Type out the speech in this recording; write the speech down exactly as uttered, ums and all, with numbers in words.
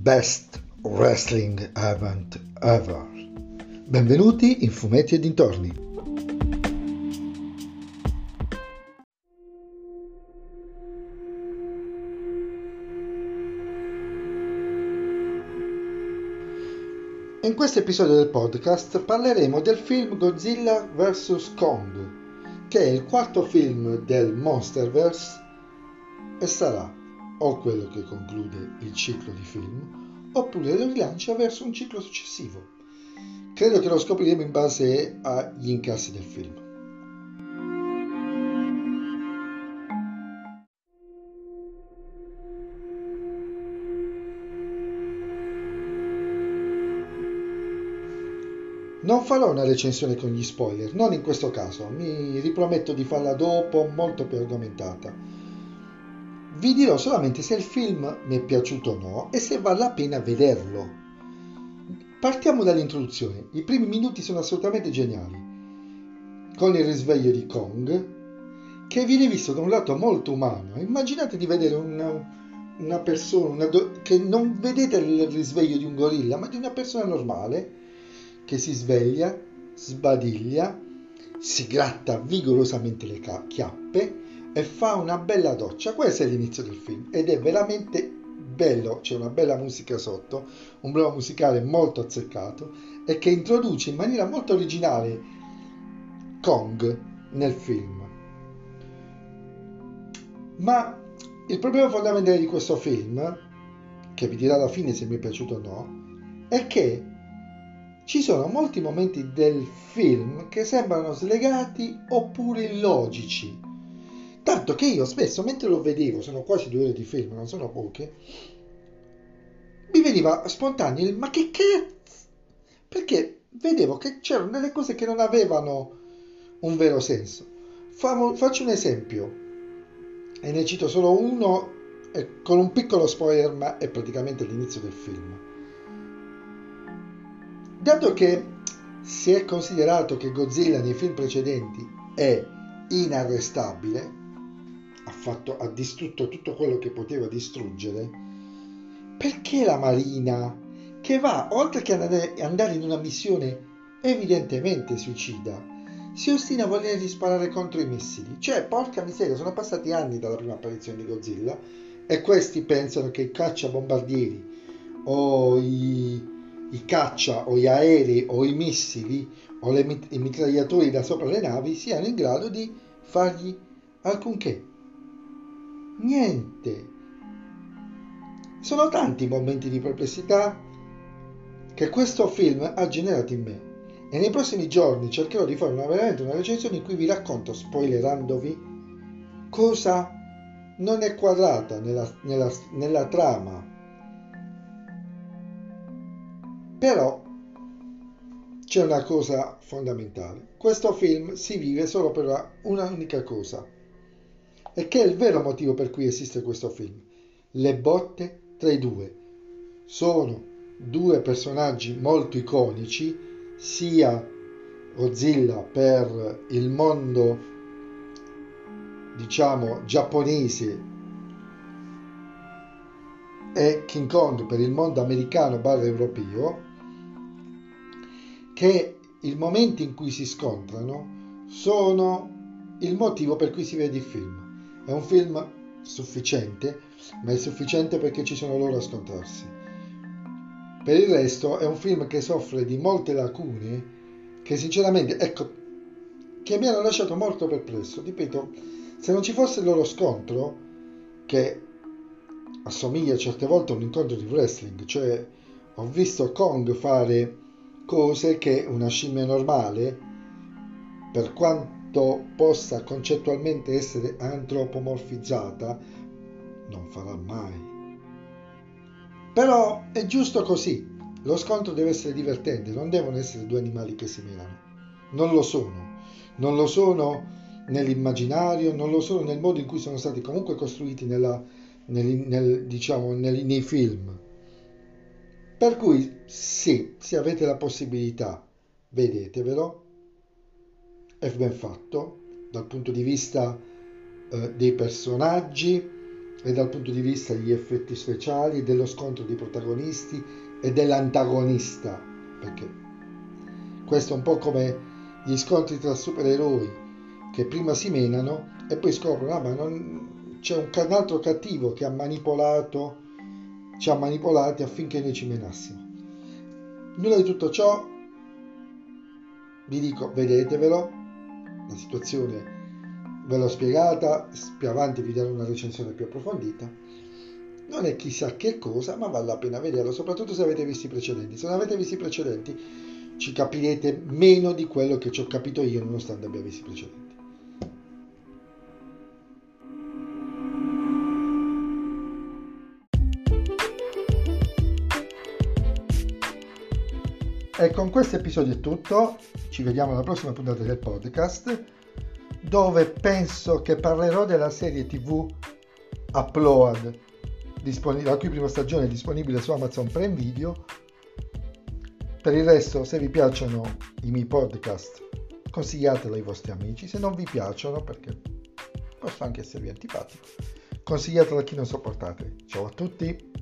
Best Wrestling Event Ever. Benvenuti in Fumetti e dintorni. In questo episodio del podcast parleremo del film Godzilla versus. Kong, che è il quarto film del Monsterverse e sarà o quello che conclude il ciclo di film oppure lo rilancia verso un ciclo successivo. Credo che lo scopriremo in base agli incassi del film. Non farò una recensione con gli spoiler, non in questo caso, mi riprometto di farla dopo, molto più argomentata. Vi dirò solamente se il film mi è piaciuto o no e se vale la pena vederlo. Partiamo dall'introduzione. I primi minuti sono assolutamente geniali, con il risveglio di Kong, che viene visto da un lato molto umano. Immaginate di vedere una, una persona, una do- che non vedete il risveglio di un gorilla, ma di una persona normale, che si sveglia, sbadiglia, si gratta vigorosamente le ca- chiappe e fa una bella doccia. Questo è l'inizio del film ed è veramente bello, c'è una bella musica sotto, un brano musicale molto azzeccato e che introduce in maniera molto originale Kong nel film. Ma il problema fondamentale di questo film, che vi dirà alla fine se mi è piaciuto o no, è che ci sono molti momenti del film che sembrano slegati oppure illogici. Tanto che io spesso, mentre lo vedevo, sono quasi due ore di film, non sono poche, mi veniva spontaneo il ma che cazzo? Perché vedevo che c'erano delle cose che non avevano un vero senso. Famo, faccio un esempio, e ne cito solo uno, eh, con un piccolo spoiler, ma è praticamente l'inizio del film. Dato che si è considerato che Godzilla nei film precedenti è inarrestabile, ha, fatto, ha distrutto tutto quello che poteva distruggere, perché la Marina, che va, oltre che andare, andare in una missione evidentemente suicida, si ostina a voler sparare contro i missili? Cioè, porca miseria, sono passati anni dalla prima apparizione di Godzilla e questi pensano che i cacciabombardieri o i, i caccia o gli aerei o i missili o le, i mitragliatori da sopra le navi siano in grado di fargli alcunché. Niente. Sono tanti i momenti di perplessità che questo film ha generato in me e nei prossimi giorni cercherò di fare una, veramente una recensione in cui vi racconto, spoilerandovi, cosa non è quadrata nella, nella, nella trama. Però c'è una cosa fondamentale: questo film si vive solo per una unica cosa, e che è il vero motivo per cui esiste questo film: le botte tra i due. Sono due personaggi molto iconici, sia Godzilla per il mondo, diciamo, giapponese e King Kong per il mondo americano barra europeo, che il momento in cui si scontrano sono il motivo per cui si vede il film. È un film sufficiente, ma è sufficiente perché ci sono loro a scontrarsi. Per il resto è un film che soffre di molte lacune che sinceramente, ecco, che mi hanno lasciato molto perplesso. Ripeto, se non ci fosse il loro scontro, che assomiglia certe volte a un incontro di wrestling, cioè ho visto Kong fare cose che una scimmia normale, per quanto possa concettualmente essere antropomorfizzata, non farà mai. Però è giusto così, lo scontro deve essere divertente, non devono essere due animali che si menano. Non lo sono, non lo sono nell'immaginario, non lo sono nel modo in cui sono stati comunque costruiti nella, nel, nel, diciamo, nel, nei film. Per cui sì, se avete la possibilità, vedetevelo, è ben fatto dal punto di vista eh, dei personaggi, e dal punto di vista degli effetti speciali, dello scontro di protagonisti e dell'antagonista, perché questo è un po' come gli scontri tra supereroi che prima si menano e poi scoprono, ah, ma non... c'è un, un altro cattivo che ha manipolato, ci ha manipolati affinché noi ci menassimo. Nulla di tutto ciò, vi dico, vedetevelo, la situazione ve l'ho spiegata, più avanti vi darò una recensione più approfondita. Non è chissà che cosa, ma vale la pena vederlo, soprattutto se avete visto i precedenti. Se non avete visto i precedenti, ci capirete meno di quello che ci ho capito io, nonostante abbia visto i precedenti. E con questo episodio è tutto, ci vediamo alla prossima puntata del podcast, dove penso che parlerò della serie tv Upload, la cui prima stagione è disponibile su Amazon Prime Video. Per il resto, se vi piacciono i miei podcast, consigliatelo ai vostri amici. Se non vi piacciono, perché posso anche esservi antipatico, consigliatelo a chi non sopportate. Ciao a tutti!